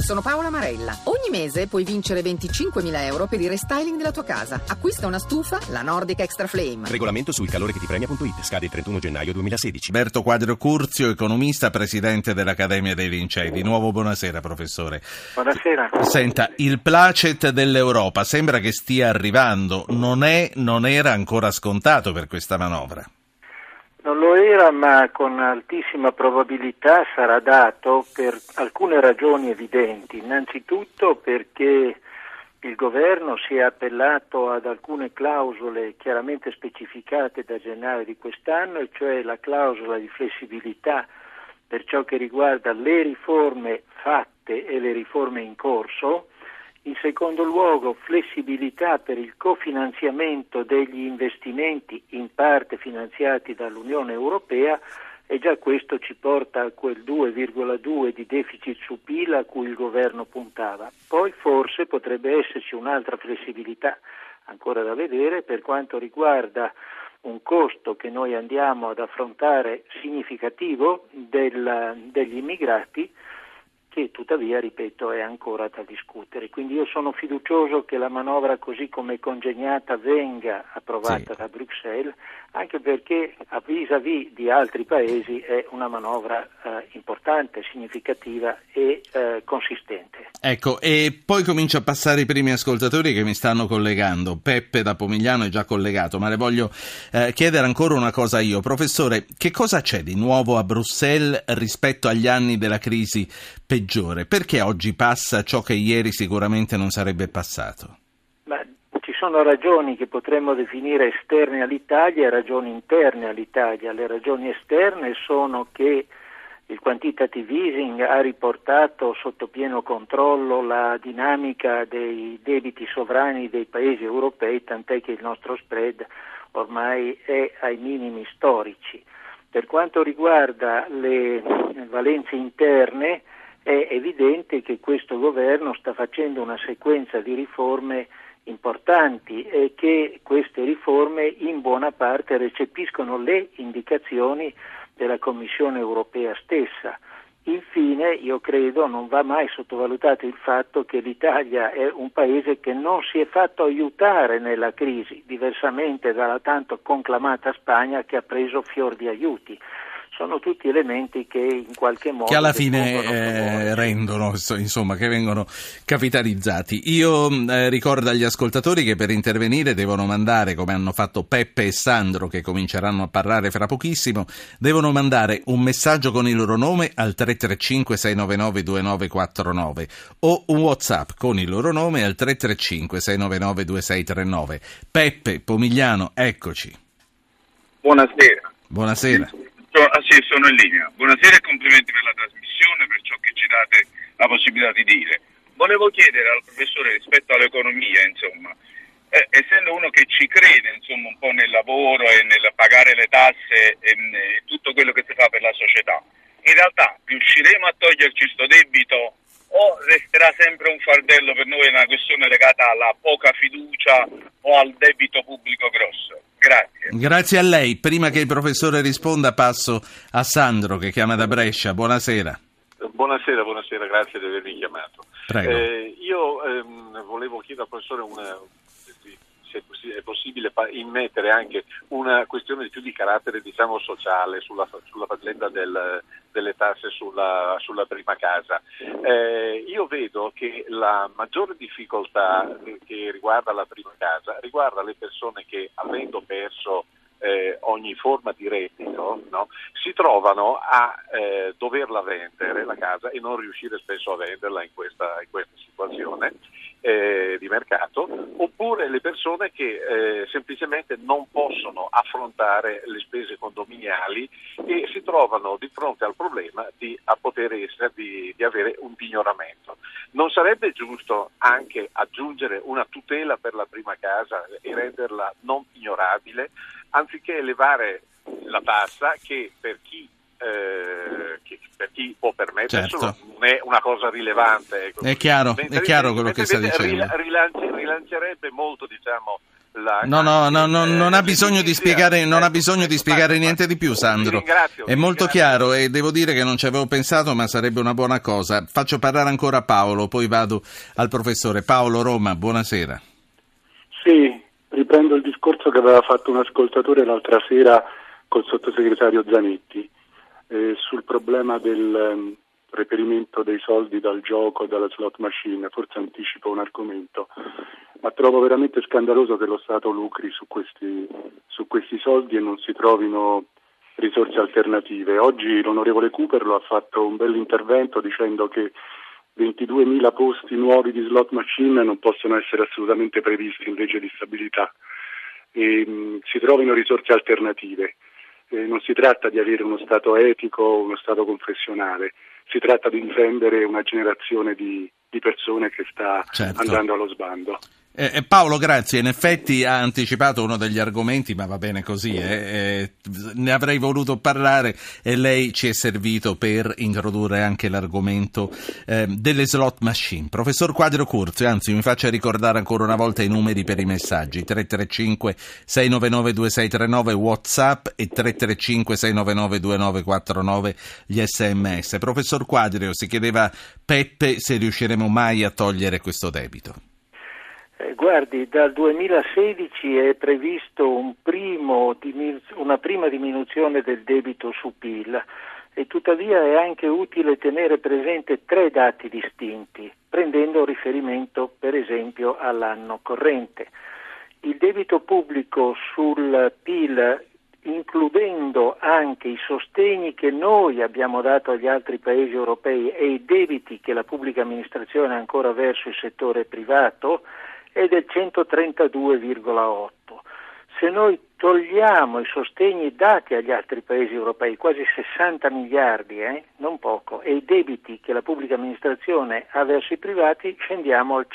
Sono Paola Marella. Ogni mese puoi vincere 25.000 euro per il restyling della tua casa. Acquista una stufa, la Nordic Extra Flame. Regolamento sul calore che ti premia.it. Scade il 31 gennaio 2016. Alberto Quadrio Curzio, economista, presidente dell'Accademia dei Lincei. Di nuovo buonasera, professore. Buonasera. Senta, il placet dell'Europa sembra che stia arrivando. Non era ancora scontato per questa manovra. Non lo era, ma con altissima probabilità sarà dato per alcune ragioni evidenti. Innanzitutto perché il governo si è appellato ad alcune clausole chiaramente specificate da gennaio di quest'anno, e cioè la clausola di flessibilità per ciò che riguarda le riforme fatte e le riforme in corso. In secondo luogo, flessibilità per il cofinanziamento degli investimenti in parte finanziati dall'Unione Europea, e già questo ci porta a quel 2,2 di deficit su PIL a cui il governo puntava. Poi forse potrebbe esserci un'altra flessibilità, ancora da vedere, per quanto riguarda un costo che noi andiamo ad affrontare significativo degli immigrati, che tuttavia, ripeto, è ancora da discutere. Quindi io sono fiducioso che la manovra così come è congegnata venga approvata da Bruxelles, anche perché a vis-à-vis di altri paesi è una manovra importante, significativa e consistente. Ecco, e poi comincio a passare i primi ascoltatori che mi stanno collegando. Peppe da Pomigliano è già collegato, ma le voglio chiedere ancora una cosa io. Professore, che cosa c'è di nuovo a Bruxelles rispetto agli anni della crisi peggiore? Perché oggi passa ciò che ieri sicuramente non sarebbe passato? Ci sono ragioni che potremmo definire esterne all'Italia e ragioni interne all'Italia. Le ragioni esterne sono che il quantitative easing ha riportato sotto pieno controllo la dinamica dei debiti sovrani dei paesi europei, tant'è che il nostro spread ormai è ai minimi storici. Per quanto riguarda le valenze interne, è evidente che questo governo sta facendo una sequenza di riforme importanti e che queste riforme in buona parte recepiscono le indicazioni della Commissione europea stessa. Infine, io credo non va mai sottovalutato il fatto che l'Italia è un paese che non si è fatto aiutare nella crisi, diversamente dalla tanto conclamata Spagna che ha preso fior di aiuti. Sono tutti elementi che in qualche modo... che alla fine rendono, insomma, che vengono capitalizzati. Io ricordo agli ascoltatori che per intervenire devono mandare, come hanno fatto Peppe e Sandro, che cominceranno a parlare fra pochissimo, devono mandare un messaggio con il loro nome al 335-699-2949 o un WhatsApp con il loro nome al 335-699-2639. Peppe, Pomigliano, eccoci. Buonasera. Buonasera. Sì, sono in linea. Buonasera e complimenti per la trasmissione, per ciò che ci date la possibilità di dire. Volevo chiedere al professore rispetto all'economia, insomma, essendo uno che ci crede, insomma, un po' nel lavoro e nel pagare le tasse e tutto quello che si fa per la società, in realtà riusciremo a toglierci sto debito o resterà sempre un fardello per noi, una questione legata alla poca fiducia o al debito pubblico grosso? Grazie. Grazie a lei. Prima che il professore risponda passo a Sandro che chiama da Brescia. Buonasera. Buonasera, grazie di avermi chiamato. Prego. Io volevo chiedere al professore se è possibile immettere anche una questione più di carattere, diciamo, sociale sulla faccenda delle tasse sulla prima casa. Io vedo che la maggiore difficoltà che riguarda la prima casa riguarda le persone che, avendo perso ogni forma di reddito, no, si trovano a doverla vendere la casa e non riuscire spesso a venderla in questa situazione di mercato, oppure le persone che semplicemente non possono affrontare le spese condominiali e si trovano di fronte al problema di avere un pignoramento. Non sarebbe giusto anche aggiungere una tutela per la prima casa e renderla non pignorabile, anziché elevare la tassa che per chi che per chi può permetterselo, Certo. non è una cosa rilevante. Ecco. È chiaro quello che sta dicendo. Rilancerebbe molto, diciamo, non ha bisogno di spiegare, niente di più, Sandro. È molto chiaro e devo dire che non ci avevo pensato, ma sarebbe una buona cosa. Faccio parlare ancora Paolo, poi vado al professore. Paolo, Roma, buonasera. Sì, riprendo il discorso che aveva fatto un ascoltatore l'altra sera col sottosegretario Zanetti sul problema del reperimento dei soldi dal gioco, dalla slot machine. Forse anticipo un argomento, ma trovo veramente scandaloso che lo Stato lucri su questi soldi e non si trovino risorse alternative. Oggi l'onorevole Cooperlo ha fatto un bel intervento dicendo che 22.000 posti nuovi di slot machine non possono essere assolutamente previsti in legge di stabilità e si trovino risorse alternative. Non si tratta di avere uno Stato etico, uno Stato confessionale, si tratta di difendere una generazione di persone che sta andando allo sbando. Paolo, grazie. In effetti ha anticipato uno degli argomenti, ma va bene così. Ne avrei voluto parlare e lei ci è servito per introdurre anche l'argomento delle slot machine. Professor Quadrio Curzio, anzi mi faccia ricordare ancora una volta i numeri per i messaggi: 335-699-2639 WhatsApp e 335-699-2949 gli SMS. Professor Quadrio, si chiedeva Peppe se riusciremo mai a togliere questo debito. Guardi, dal 2016 è previsto una prima diminuzione del debito su PIL e tuttavia è anche utile tenere presente 3 dati distinti, prendendo riferimento per esempio all'anno corrente. Il debito pubblico sul PIL, includendo anche i sostegni che noi abbiamo dato agli altri paesi europei e i debiti che la pubblica amministrazione ha ancora verso il settore privato, è del 132,8. Se noi togliamo i sostegni dati agli altri paesi europei, quasi 60 miliardi, non poco, e i debiti che la pubblica amministrazione ha verso i privati, scendiamo al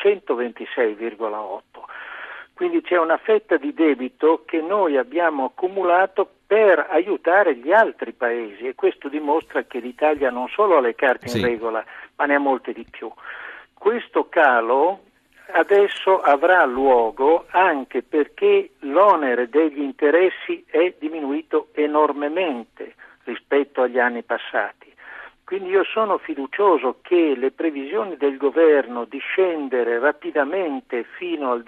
126,8. Quindi c'è una fetta di debito che noi abbiamo accumulato per aiutare gli altri paesi e questo dimostra che l'Italia non solo ha le carte in regola, ma ne ha molte di più. Questo calo adesso avrà luogo anche perché l'onere degli interessi è diminuito enormemente rispetto agli anni passati. Quindi io sono fiducioso che le previsioni del governo di scendere rapidamente fino al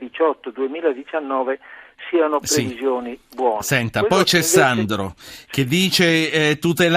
2018-2019 siano previsioni buone. Senta, poi c'è Sandro che dice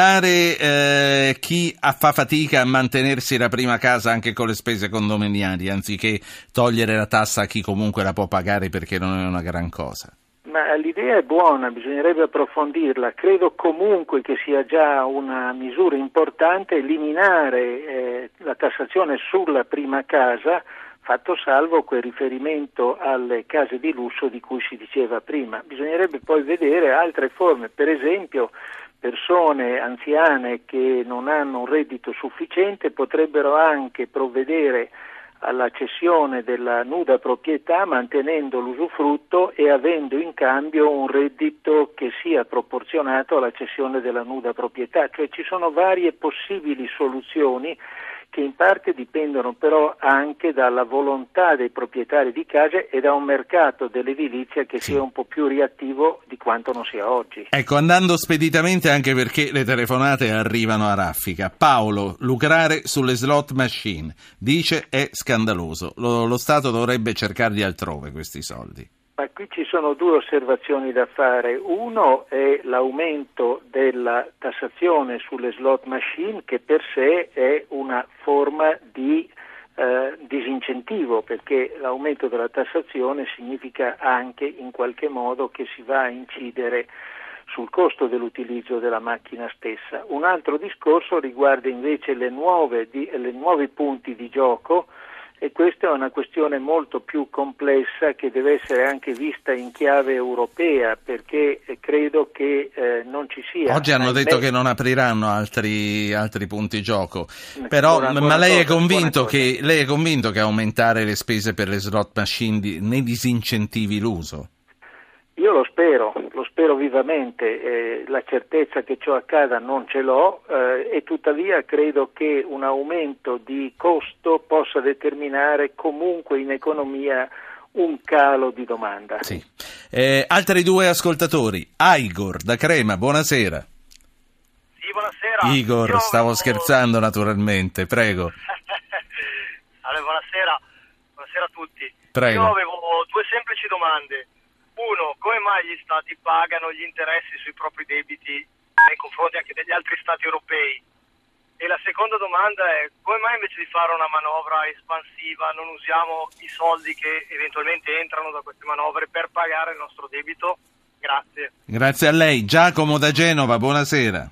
tutelare chi fa fatica a mantenersi la prima casa anche con le spese condominiali, anziché togliere la tassa a chi comunque la può pagare perché non è una gran cosa. Ma l'idea è buona, bisognerebbe approfondirla. Credo comunque che sia già una misura importante eliminare la tassazione sulla prima casa, fatto salvo quel riferimento alle case di lusso di cui si diceva prima. Bisognerebbe poi vedere altre forme, per esempio persone anziane che non hanno un reddito sufficiente potrebbero anche provvedere alla cessione della nuda proprietà mantenendo l'usufrutto e avendo in cambio un reddito che sia proporzionato alla cessione della nuda proprietà. Cioè ci sono varie possibili soluzioni che in parte dipendono però anche dalla volontà dei proprietari di case e da un mercato dell'edilizia che sia un po' più reattivo di quanto non sia oggi. Ecco, andando speditamente anche perché le telefonate arrivano a raffica. Paolo, lucrare sulle slot machine, dice è scandaloso. Lo Stato dovrebbe cercarli altrove questi soldi. Ma qui ci sono 2 osservazioni da fare. Uno è l'aumento della tassazione sulle slot machine, che per sé è una forma di disincentivo, perché l'aumento della tassazione significa anche in qualche modo che si va a incidere sul costo dell'utilizzo della macchina stessa. Un altro discorso riguarda invece le nuovi punti di gioco. E questa è una questione molto più complessa che deve essere anche vista in chiave europea, perché credo che non ci sia. Oggi hanno detto che non apriranno altri punti gioco, però ma lei è convinto che aumentare le spese per le slot machine ne disincentivi l'uso? Io lo spero vivamente, la certezza che ciò accada non ce l'ho e tuttavia credo che un aumento di costo possa determinare comunque in economia un calo di domanda. Sì. Altri due ascoltatori. Igor da Crema, buonasera. Sì, buonasera. Igor, stavo scherzando naturalmente, prego. Allora, buonasera a tutti. Prego. Io avevo due semplici domande. Uno, come mai gli stati pagano gli interessi sui propri debiti nei confronti anche degli altri stati europei? E la seconda domanda è, come mai invece di fare una manovra espansiva non usiamo i soldi che eventualmente entrano da queste manovre per pagare il nostro debito? Grazie. Grazie a lei. Giacomo da Genova, buonasera.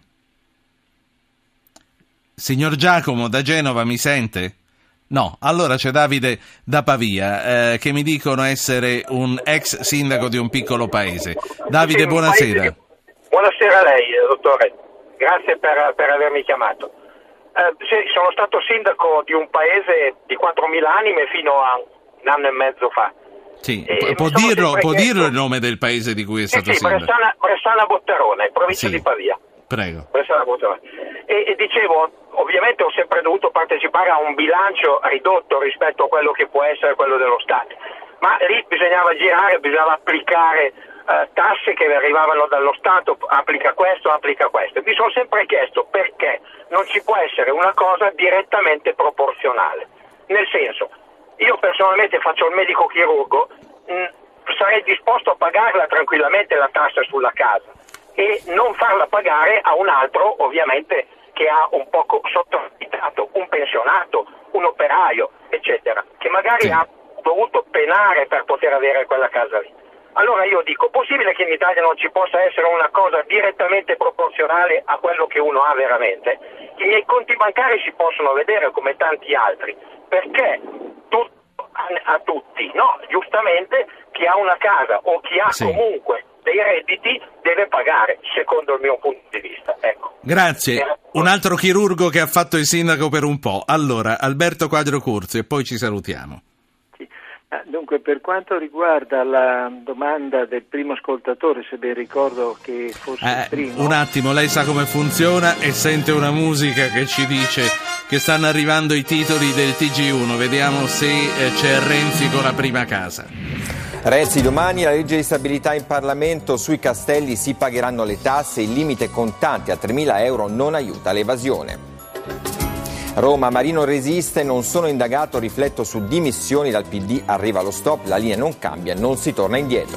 Signor Giacomo da Genova, mi sente? No, allora c'è Davide da Pavia, che mi dicono essere un ex sindaco di un piccolo paese. Davide, buonasera. Buonasera a lei, dottore. Grazie per avermi chiamato. Sì, sono stato sindaco di un paese di 4.000 anime fino a un anno e mezzo fa. Sì, può dirlo il nome del paese di cui è stato sindaco? Bressana Botterone, provincia di Pavia. Prego. Bressana Botterone. E dicevo, ovviamente ho sempre dovuto partecipare a un bilancio ridotto rispetto a quello che può essere quello dello Stato, ma lì bisognava bisognava applicare tasse che arrivavano dallo Stato, applica questo. Mi sono sempre chiesto perché non ci può essere una cosa direttamente proporzionale, nel senso, io personalmente faccio il medico chirurgo, sarei disposto a pagarla tranquillamente la tassa sulla casa e non farla pagare a un altro, ovviamente, che ha un poco sottovalutato, un pensionato, un operaio, eccetera, che magari ha dovuto penare per poter avere quella casa lì. Allora io dico, possibile che in Italia non ci possa essere una cosa direttamente proporzionale a quello che uno ha veramente? I miei conti bancari si possono vedere come tanti altri, perché tutto a tutti, no? Giustamente chi ha una casa o chi ha comunque dei redditi deve pagare, secondo il mio punto di vista. Ecco. Grazie. Un altro chirurgo che ha fatto il sindaco per un po'. Allora, Alberto Quadro Curzio, e poi ci salutiamo. Dunque, per quanto riguarda la domanda del primo ascoltatore, se ben ricordo che fosse il primo... Un attimo, lei sa come funziona e sente una musica che ci dice che stanno arrivando i titoli del TG1. Vediamo se c'è Renzi con la prima casa. Renzi, domani la legge di stabilità in Parlamento, sui castelli si pagheranno le tasse, il limite contante a 3.000 euro non aiuta l'evasione. Roma, Marino resiste, non sono indagato, rifletto su dimissioni, dal PD arriva lo stop, la linea non cambia, non si torna indietro.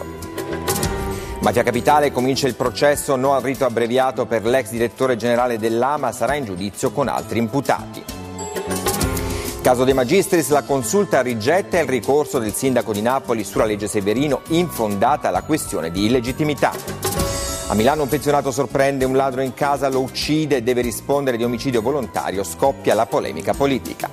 Mafia Capitale, comincia il processo, no al rito abbreviato per l'ex direttore generale dell'AMA, sarà in giudizio con altri imputati. Caso De Magistris, la consulta rigetta il ricorso del sindaco di Napoli sulla legge Severino, infondata la questione di illegittimità. A Milano un pensionato sorprende un ladro in casa, lo uccide e deve rispondere di omicidio volontario, scoppia la polemica politica.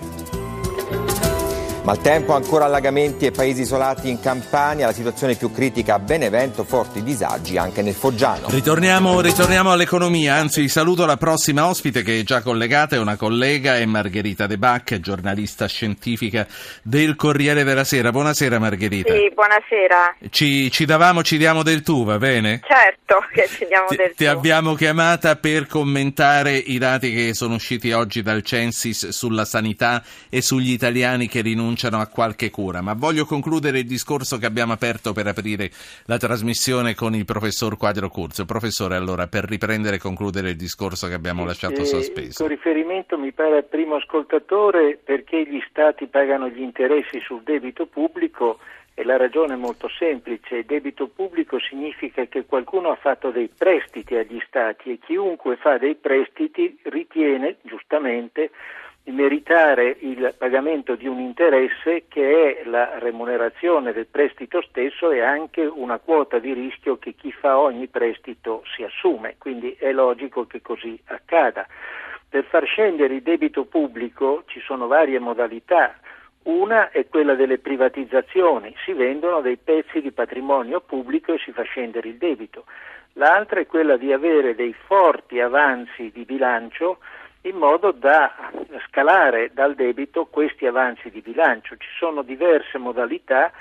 Maltempo, ancora allagamenti e paesi isolati in Campania, la situazione più critica a Benevento, forti disagi anche nel Foggiano. Ritorniamo all'economia, anzi saluto la prossima ospite che è già collegata, è una collega, è Margherita De Bacche, giornalista scientifica del Corriere della Sera. Buonasera Margherita. Sì, buonasera. Ci diamo del tu, va bene? Certo che ci diamo del tu. Ti abbiamo chiamata per commentare i dati che sono usciti oggi dal Censis sulla sanità e sugli italiani che rinunciano a qualche cura, ma voglio concludere il discorso che abbiamo aperto per aprire la trasmissione con il professor Quadro Curzio. Professore, allora, per riprendere e concludere il discorso che abbiamo lasciato sospeso. Con riferimento, mi pare, al primo ascoltatore, perché gli stati pagano gli interessi sul debito pubblico, e la ragione è molto semplice: il debito pubblico significa che qualcuno ha fatto dei prestiti agli stati e chiunque fa dei prestiti ritiene, giustamente, di meritare il pagamento di un interesse che è la remunerazione del prestito stesso e anche una quota di rischio che chi fa ogni prestito si assume, quindi è logico che così accada. Per far scendere il debito pubblico ci sono varie modalità. Una è quella delle privatizzazioni, si vendono dei pezzi di patrimonio pubblico e si fa scendere il debito. L'altra è quella di avere dei forti avanzi di bilancio in modo da scalare dal debito questi avanzi di bilancio. Ci sono diverse modalità,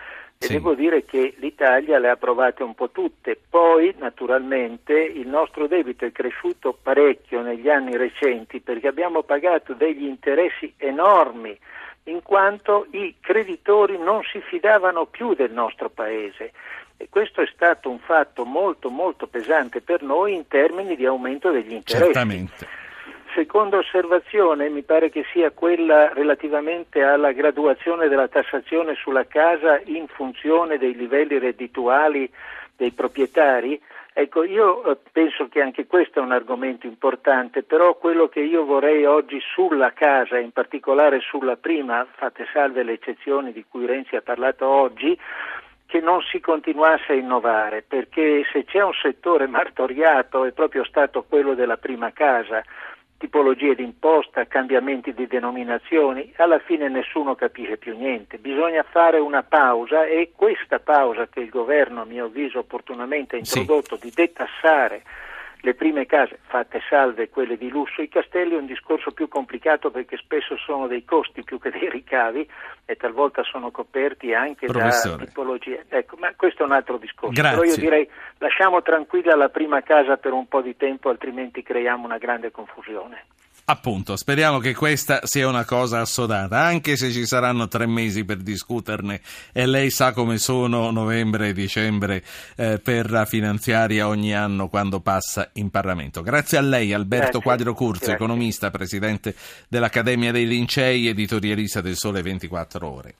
e devo dire che l'Italia le ha provate un po' tutte. Poi naturalmente il nostro debito è cresciuto parecchio negli anni recenti perché abbiamo pagato degli interessi enormi in quanto i creditori non si fidavano più del nostro paese e questo è stato un fatto molto molto pesante per noi in termini di aumento degli interessi. Certamente. Seconda osservazione mi pare che sia quella relativamente alla graduazione della tassazione sulla casa in funzione dei livelli reddituali dei proprietari. Ecco, io penso che anche questo è un argomento importante, però quello che io vorrei oggi sulla casa, in particolare sulla prima, fatte salve le eccezioni di cui Renzi ha parlato oggi, che non si continuasse a innovare, perché se c'è un settore martoriato è proprio stato quello della prima casa, tipologie di imposta, cambiamenti di denominazioni, alla fine nessuno capisce più niente. Bisogna fare una pausa e questa pausa che il governo, a mio avviso, opportunamente ha introdotto di detassare le prime case, fatte salve quelle di lusso, i castelli è un discorso più complicato perché spesso sono dei costi più che dei ricavi e talvolta sono coperti anche da tipologie. Ecco, ma questo è un altro discorso. Grazie. Però io direi lasciamo tranquilla la prima casa per un po' di tempo, altrimenti creiamo una grande confusione. Appunto, speriamo che questa sia una cosa assodata, anche se ci saranno 3 mesi per discuterne e lei sa come sono novembre e dicembre per la finanziaria ogni anno quando passa in Parlamento. Grazie a lei Alberto Quadrio Curzo, economista, presidente dell'Accademia dei Lincei, editorialista del Sole 24 Ore.